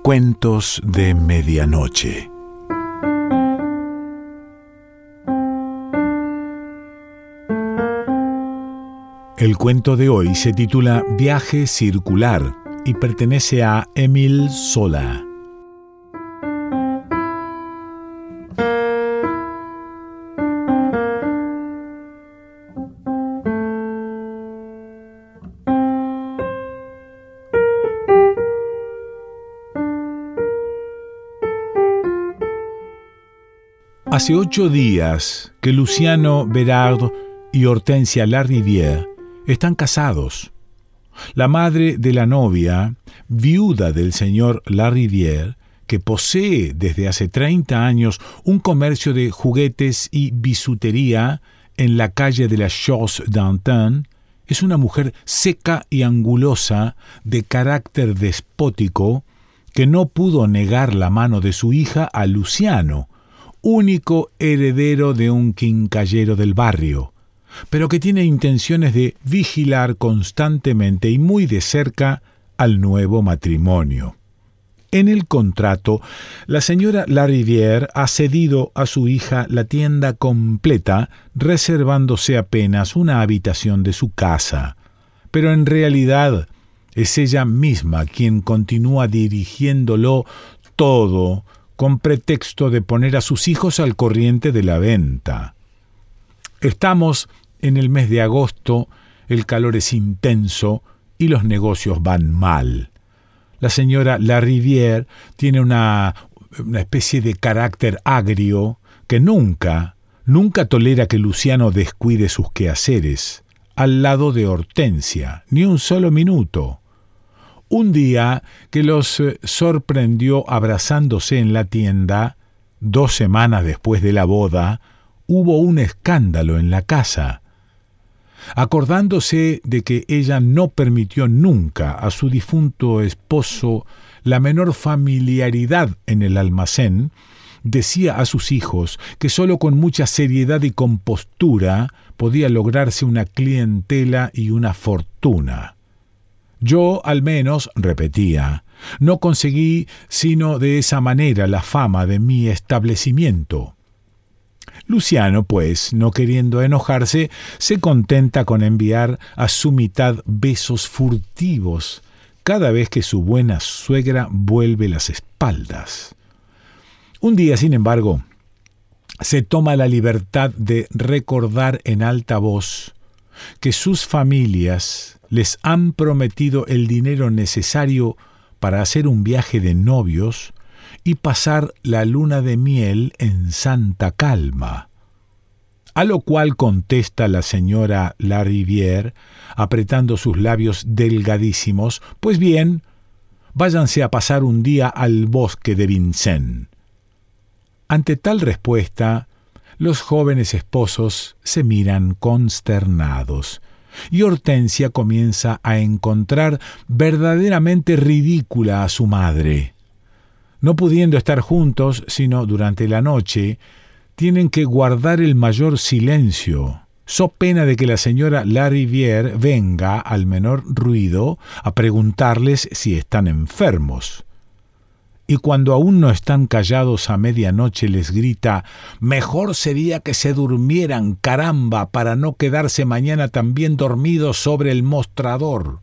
Cuentos de Medianoche. El cuento de hoy se titula Viaje Circular y pertenece a Émile Zola. Hace 8 días que Luciano Bérard y Hortensia Larivière están casados. La madre de la novia, viuda del señor Larivière, que posee desde hace 30 años un comercio de juguetes y bisutería en la calle de la Chausse-d'Antin, es una mujer seca y angulosa, de carácter despótico, que no pudo negar la mano de su hija a Luciano, único heredero de un quincallero del barrio, pero que tiene intenciones de vigilar constantemente y muy de cerca al nuevo matrimonio. En el contrato, la señora Larivière ha cedido a su hija la tienda completa, reservándose apenas una habitación de su casa, pero en realidad es ella misma quien continúa dirigiéndolo todo, con pretexto de poner a sus hijos al corriente de la venta. Estamos en el mes de agosto, el calor es intenso y los negocios van mal. La señora Larivière tiene una especie de carácter agrio que nunca tolera que Luciano descuide sus quehaceres al lado de Hortensia, ni un solo minuto. Un día que los sorprendió abrazándose en la tienda, 2 semanas después de la boda, hubo un escándalo en la casa. Acordándose de que ella no permitió nunca a su difunto esposo la menor familiaridad en el almacén, decía a sus hijos que sólo con mucha seriedad y compostura podía lograrse una clientela y una fortuna. Yo, al menos, repetía, no conseguí sino de esa manera la fama de mi establecimiento. Luciano, pues, no queriendo enojarse, se contenta con enviar a su mitad besos furtivos cada vez que su buena suegra vuelve las espaldas. Un día, sin embargo, se toma la libertad de recordar en alta voz que sus familias les han prometido el dinero necesario para hacer un viaje de novios y pasar la luna de miel en santa calma. A lo cual contesta la señora Larivière, apretando sus labios delgadísimos: pues bien, váyanse a pasar un día al bosque de Vincennes. Ante tal respuesta, los jóvenes esposos se miran consternados, y Hortensia comienza a encontrar verdaderamente ridícula a su madre. No pudiendo estar juntos sino durante la noche, tienen que guardar el mayor silencio, so pena de que la señora Larivière venga, al menor ruido, a preguntarles si están enfermos. Y cuando aún no están callados a medianoche les grita: «Mejor sería que se durmieran, caramba, para no quedarse mañana también dormidos sobre el mostrador».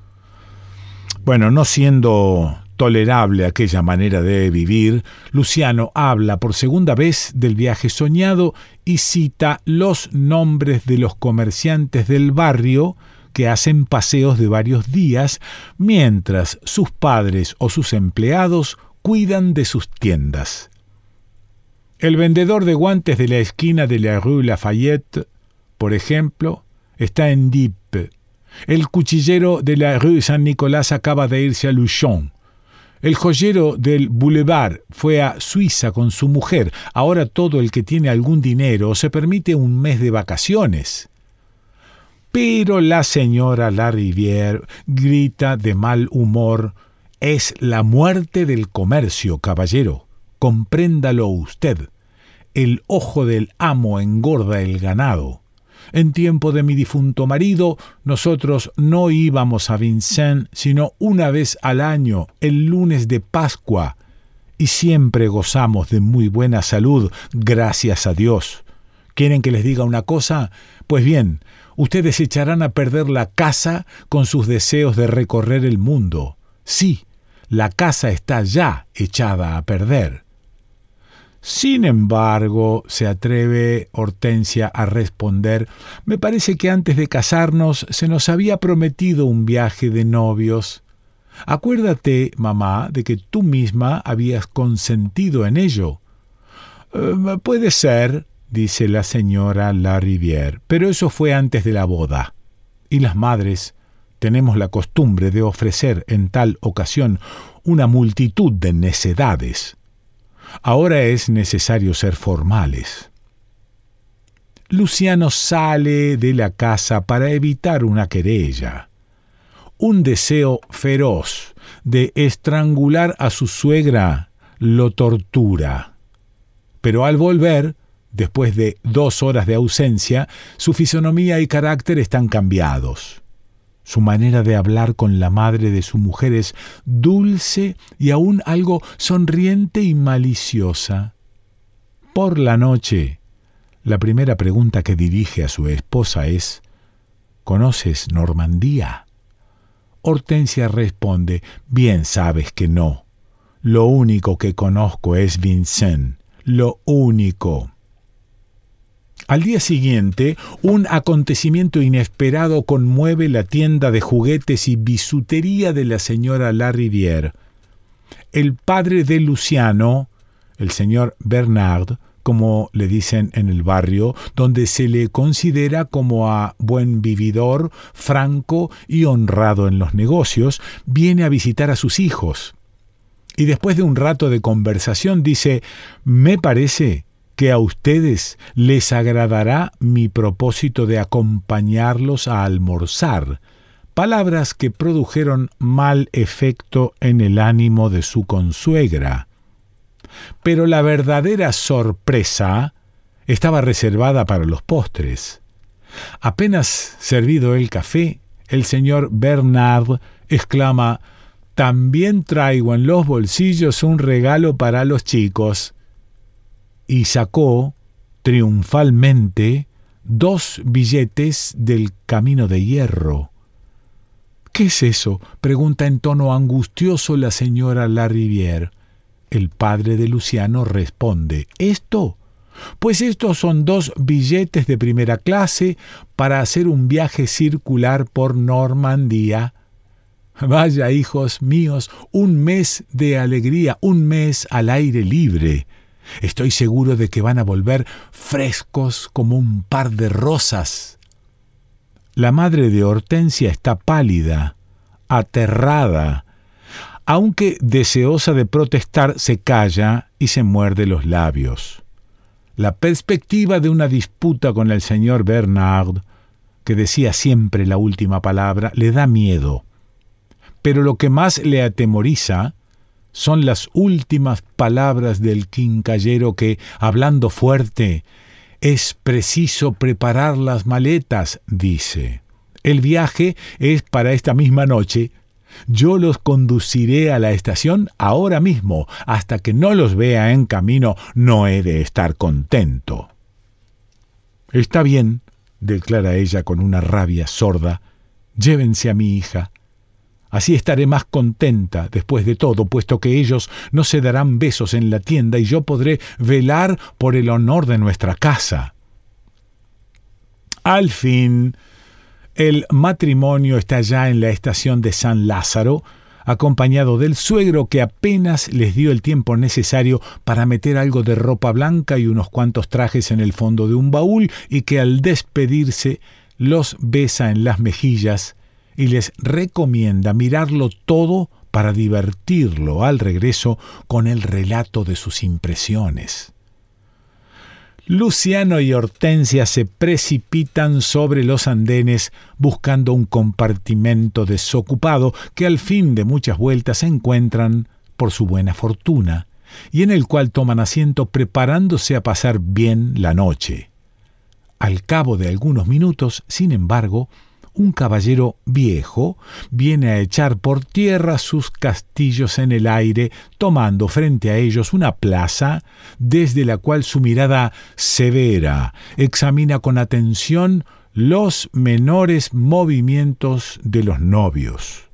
Bueno, no siendo tolerable aquella manera de vivir, Luciano habla por segunda vez del viaje soñado y cita los nombres de los comerciantes del barrio que hacen paseos de varios días, mientras sus padres o sus empleados cuidan de sus tiendas. El vendedor de guantes de la esquina de la Rue Lafayette, por ejemplo, está en Dieppe. El cuchillero de la Rue Saint-Nicolas acaba de irse a Luchon. El joyero del Boulevard fue a Suiza con su mujer. Ahora todo el que tiene algún dinero se permite un mes de vacaciones. Pero la señora Larivière grita de mal humor: «Es la muerte del comercio, caballero. Compréndalo usted. El ojo del amo engorda el ganado. En tiempo de mi difunto marido, nosotros no íbamos a Vincennes sino una vez al año, el lunes de Pascua, y siempre gozamos de muy buena salud, gracias a Dios. ¿Quieren que les diga una cosa? Pues bien, ustedes echarán a perder la casa con sus deseos de recorrer el mundo. Sí, la casa está ya echada a perder. Sin embargo, se atreve Hortensia a responder, me parece que antes de casarnos se nos había prometido un viaje de novios. Acuérdate, mamá, de que tú misma habías consentido en ello. Puede ser, dice la señora Larivière, pero eso fue antes de la boda. Y las madres tenemos la costumbre de ofrecer en tal ocasión una multitud de necedades. Ahora es necesario ser formales. Luciano sale de la casa para evitar una querella. Un deseo feroz de estrangular a su suegra lo tortura. Pero al volver, después de 2 horas de ausencia, su fisonomía y carácter están cambiados. Su manera de hablar con la madre de su mujer es dulce y aún algo sonriente y maliciosa. Por la noche, la primera pregunta que dirige a su esposa es: ¿conoces Normandía? Hortensia responde: bien sabes que no. Lo único que conozco es Vincennes, lo único. Al día siguiente, un acontecimiento inesperado conmueve la tienda de juguetes y bisutería de la señora Larivière. El padre de Luciano, el señor Bernard, como le dicen en el barrio, donde se le considera como a buen vividor, franco y honrado en los negocios, viene a visitar a sus hijos. Y después de un rato de conversación dice: me parece que a ustedes les agradará mi propósito de acompañarlos a almorzar, palabras que produjeron mal efecto en el ánimo de su consuegra. Pero la verdadera sorpresa estaba reservada para los postres. Apenas servido el café, el señor Bernard exclama: «También traigo en los bolsillos un regalo para los chicos». Y sacó, triunfalmente, 2 billetes del Camino de Hierro. «¿Qué es eso?», pregunta en tono angustioso la señora Larivière. El padre de Luciano responde: «¿Esto? Pues estos son 2 billetes de primera clase para hacer un viaje circular por Normandía. Vaya, hijos míos, un mes de alegría, un mes al aire libre. Estoy seguro de que van a volver frescos como un par de rosas». La madre de Hortensia está pálida, aterrada. Aunque deseosa de protestar, se calla y se muerde los labios. La perspectiva de una disputa con el señor Bernard, que decía siempre la última palabra, le da miedo. Pero lo que más le atemoriza son las últimas palabras del quincallero que, hablando fuerte: «Es preciso preparar las maletas», dice. «El viaje es para esta misma noche. Yo los conduciré a la estación ahora mismo. Hasta que no los vea en camino, no he de estar contento». «Está bien», declara ella con una rabia sorda, «llévense a mi hija. Así estaré más contenta después de todo, puesto que ellos no se darán besos en la tienda y yo podré velar por el honor de nuestra casa». Al fin, el matrimonio está ya en la estación de San Lázaro, acompañado del suegro, que apenas les dio el tiempo necesario para meter algo de ropa blanca y unos cuantos trajes en el fondo de un baúl, y que al despedirse los besa en las mejillas y les recomienda mirarlo todo para divertirlo al regreso con el relato de sus impresiones. Luciano y Hortensia se precipitan sobre los andenes buscando un compartimento desocupado que al fin de muchas vueltas encuentran por su buena fortuna, y en el cual toman asiento preparándose a pasar bien la noche. Al cabo de algunos minutos, sin embargo, un caballero viejo viene a echar por tierra sus castillos en el aire, tomando frente a ellos una plaza desde la cual su mirada severa examina con atención los menores movimientos de los novios.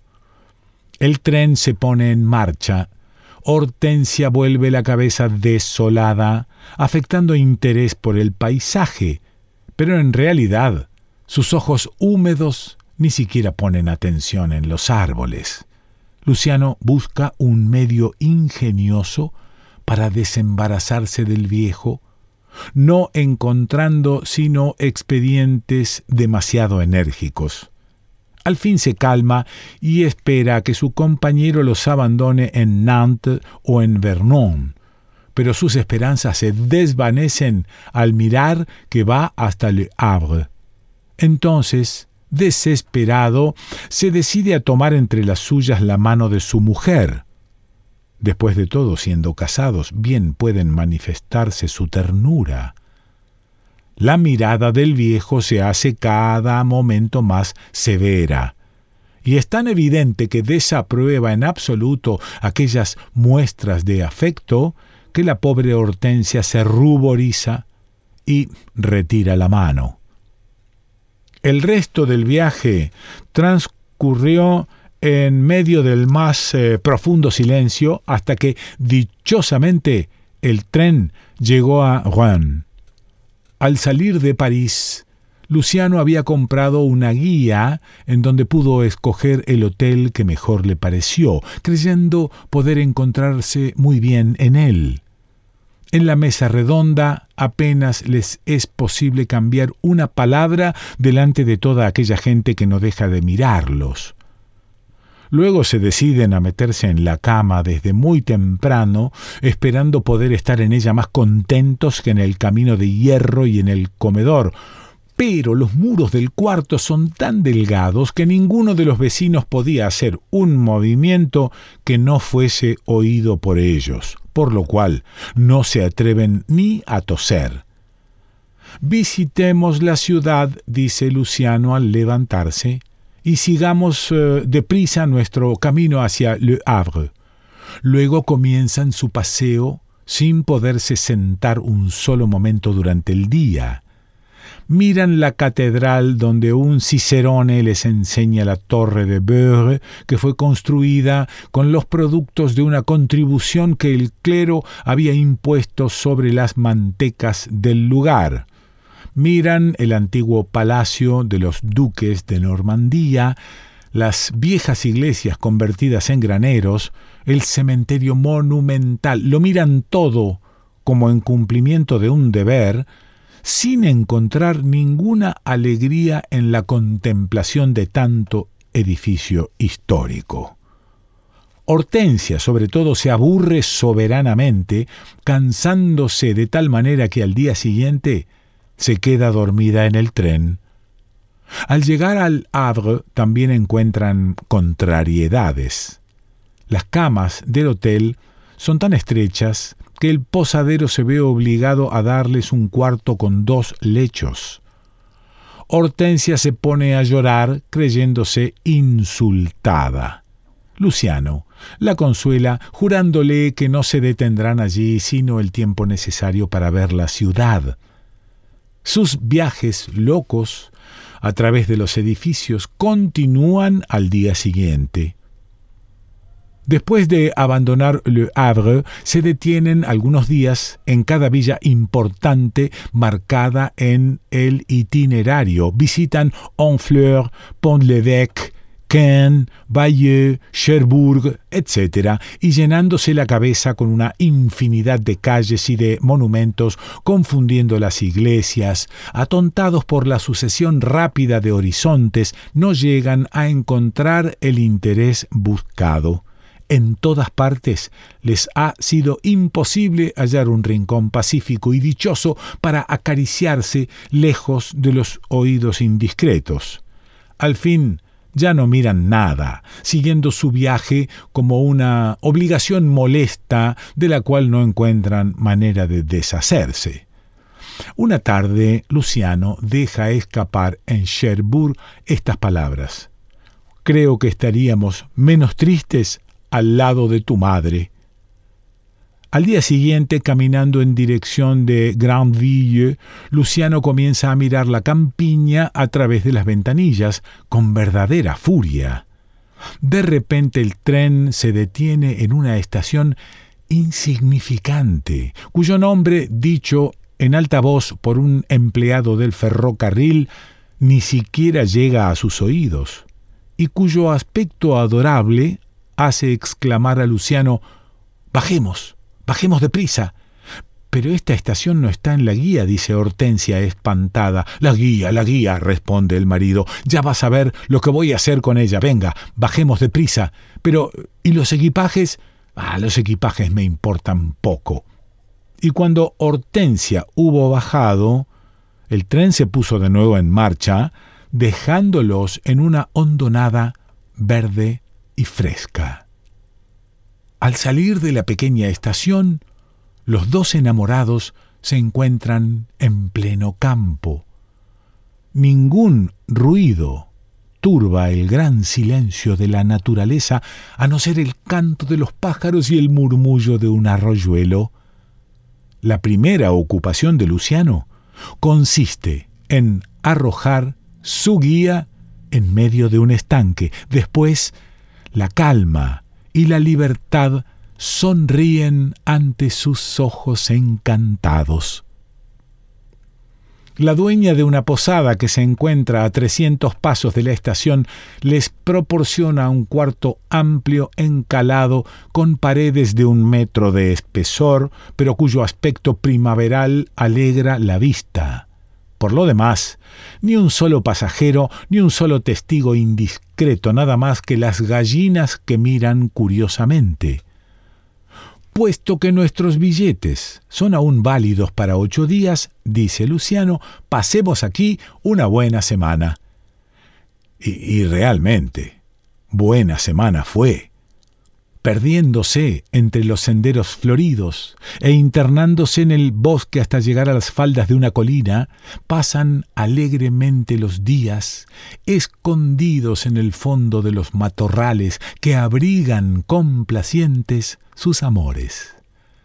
El tren se pone en marcha. Hortensia vuelve la cabeza desolada, afectando interés por el paisaje, pero en realidad sus ojos húmedos ni siquiera ponen atención en los árboles. Luciano busca un medio ingenioso para desembarazarse del viejo, no encontrando sino expedientes demasiado enérgicos. Al fin se calma y espera que su compañero los abandone en Nantes o en Vernon, pero sus esperanzas se desvanecen al mirar que va hasta Le Havre. Entonces, desesperado, se decide a tomar entre las suyas la mano de su mujer. Después de todo, siendo casados, bien pueden manifestarse su ternura. La mirada del viejo se hace cada momento más severa, y es tan evidente que desaprueba en absoluto aquellas muestras de afecto que la pobre Hortensia se ruboriza y retira la mano. El resto del viaje transcurrió en medio del más profundo silencio hasta que, dichosamente, el tren llegó a Rouen. Al salir de París, Luciano había comprado una guía en donde pudo escoger el hotel que mejor le pareció, creyendo poder encontrarse muy bien en él. En la mesa redonda apenas les es posible cambiar una palabra delante de toda aquella gente que no deja de mirarlos. Luego se deciden a meterse en la cama desde muy temprano, esperando poder estar en ella más contentos que en el camino de hierro y en el comedor. Pero los muros del cuarto son tan delgados que ninguno de los vecinos podía hacer un movimiento que no fuese oído por ellos, por lo cual no se atreven ni a toser. «Visitemos la ciudad», dice Luciano al levantarse, «y sigamos deprisa nuestro camino hacia Le Havre». Luego comienzan su paseo sin poderse sentar un solo momento durante el día. Miran la catedral donde un cicerone les enseña la torre de Beurre, que fue construida con los productos de una contribución que el clero había impuesto sobre las mantecas del lugar. Miran el antiguo palacio de los duques de Normandía, las viejas iglesias convertidas en graneros, el cementerio monumental. Lo miran todo como en cumplimiento de un deber, sin encontrar ninguna alegría en la contemplación de tanto edificio histórico. Hortensia, sobre todo, se aburre soberanamente, cansándose de tal manera que al día siguiente se queda dormida en el tren. Al llegar al Havre también encuentran contrariedades. Las camas del hotel son tan estrechas que el posadero se ve obligado a darles un cuarto con 2 lechos. Hortensia se pone a llorar creyéndose insultada. Luciano la consuela jurándole que no se detendrán allí sino el tiempo necesario para ver la ciudad. Sus viajes locos a través de los edificios continúan al día siguiente. Después de abandonar Le Havre, se detienen algunos días en cada villa importante marcada en el itinerario. Visitan Honfleur, Pont-l'Évêque, Caen, Bayeux, Cherbourg, etc., y llenándose la cabeza con una infinidad de calles y de monumentos, confundiendo las iglesias, atontados por la sucesión rápida de horizontes, no llegan a encontrar el interés buscado. En todas partes les ha sido imposible hallar un rincón pacífico y dichoso para acariciarse lejos de los oídos indiscretos. Al fin, ya no miran nada, siguiendo su viaje como una obligación molesta de la cual no encuentran manera de deshacerse. Una tarde, Luciano deja escapar en Cherbourg estas palabras: «Creo que estaríamos menos tristes al lado de tu madre». Al día siguiente, caminando en dirección de Grandville, Luciano comienza a mirar la campiña a través de las ventanillas con verdadera furia. De repente el tren se detiene en una estación insignificante, cuyo nombre, dicho en alta voz por un empleado del ferrocarril, ni siquiera llega a sus oídos, y cuyo aspecto adorable hace exclamar a Luciano: «¡Bajemos! ¡Bajemos deprisa!». «Pero esta estación no está en la guía», dice Hortensia espantada. La guía», responde el marido. «Ya vas a ver lo que voy a hacer con ella. Venga, bajemos deprisa». «Pero, ¿y los equipajes?». «Los equipajes me importan poco». Y cuando Hortensia hubo bajado, el tren se puso de nuevo en marcha, dejándolos en una hondonada verde y fresca. Al salir de la pequeña estación, los dos enamorados se encuentran en pleno campo. Ningún ruido turba el gran silencio de la naturaleza, a no ser el canto de los pájaros y el murmullo de un arroyuelo. La primera ocupación de Luciano consiste en arrojar su guía en medio de un estanque. Después, la calma y la libertad sonríen ante sus ojos encantados. La dueña de una posada que se encuentra a 300 pasos de la estación les proporciona un cuarto amplio encalado con paredes de 1 metro de espesor, pero cuyo aspecto primaveral alegra la vista. Por lo demás, ni un solo pasajero, ni un solo testigo indiscreto, nada más que las gallinas que miran curiosamente. «Puesto que nuestros billetes son aún válidos para 8 días», dice Luciano, «pasemos aquí una buena semana». Y realmente, buena semana fue. Perdiéndose entre los senderos floridos e internándose en el bosque hasta llegar a las faldas de una colina, pasan alegremente los días, escondidos en el fondo de los matorrales que abrigan complacientes sus amores.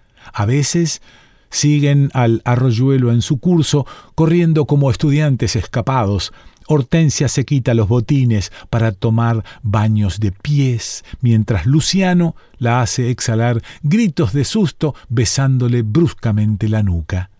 A veces siguen al arroyuelo en su curso, corriendo como estudiantes escapados. Hortensia se quita los botines para tomar baños de pies, mientras Luciano la hace exhalar gritos de susto besándole bruscamente la nuca.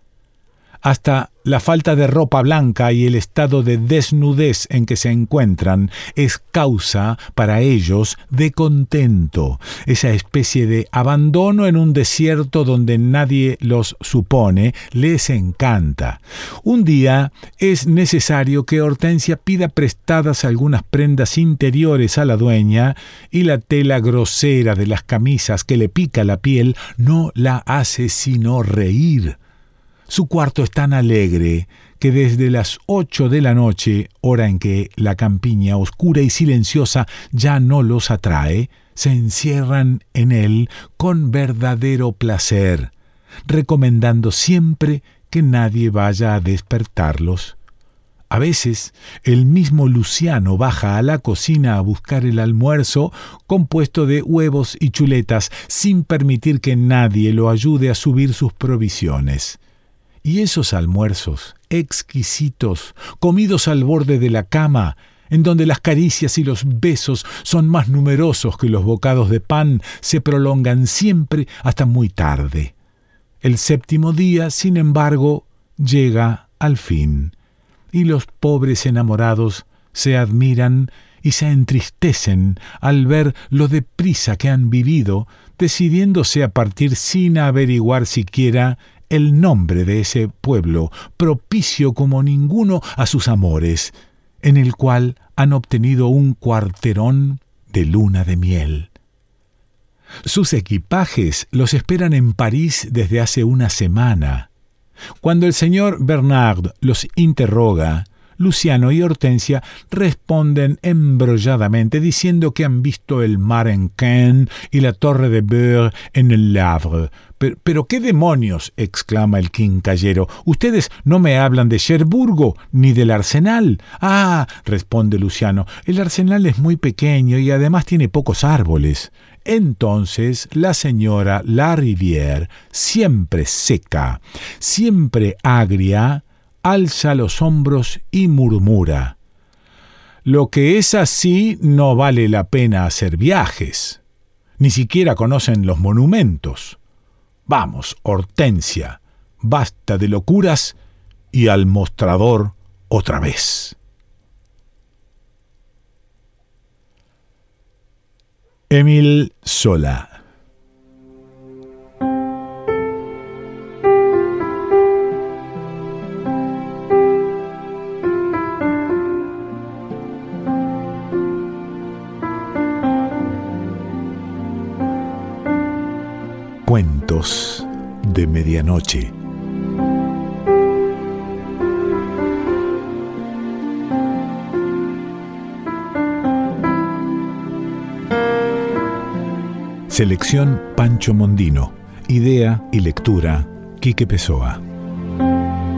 Hasta la falta de ropa blanca y el estado de desnudez en que se encuentran es causa para ellos de contento, esa especie de abandono en un desierto donde nadie los supone, les encanta. Un día es necesario que Hortensia pida prestadas algunas prendas interiores a la dueña, y la tela grosera de las camisas que le pica la piel no la hace sino reír. Su cuarto es tan alegre que desde las 8 de la noche, hora en que la campiña oscura y silenciosa ya no los atrae, se encierran en él con verdadero placer, recomendando siempre que nadie vaya a despertarlos. A veces, el mismo Luciano baja a la cocina a buscar el almuerzo compuesto de huevos y chuletas, sin permitir que nadie lo ayude a subir sus provisiones. Y esos almuerzos exquisitos, comidos al borde de la cama, en donde las caricias y los besos son más numerosos que los bocados de pan, se prolongan siempre hasta muy tarde. El 7º día, sin embargo, llega al fin, y los pobres enamorados se admiran y se entristecen al ver lo deprisa que han vivido, decidiéndose a partir sin averiguar siquiera el nombre de ese pueblo, propicio como ninguno a sus amores, en el cual han obtenido un cuarterón de luna de miel. Sus equipajes los esperan en París desde hace una semana. Cuando el señor Bernard los interroga, Luciano y Hortensia responden embrolladamente diciendo que han visto el mar en Caen y la torre de Beurre en el Havre. «¿Pero qué demonios!» exclama el quincallero. «Ustedes no me hablan de Cherburgo ni del Arsenal». «Ah», responde Luciano, «el Arsenal es muy pequeño y además tiene pocos árboles». Entonces la señora Larivière, siempre seca, siempre agria, alza los hombros y murmura: «Lo que es así no vale la pena hacer viajes. Ni siquiera conocen los monumentos. Vamos, Hortensia, basta de locuras y al mostrador otra vez». Émile Zola. Cuentos de medianoche. Selección Pancho Mondino. Idea y lectura Quique Pessoa.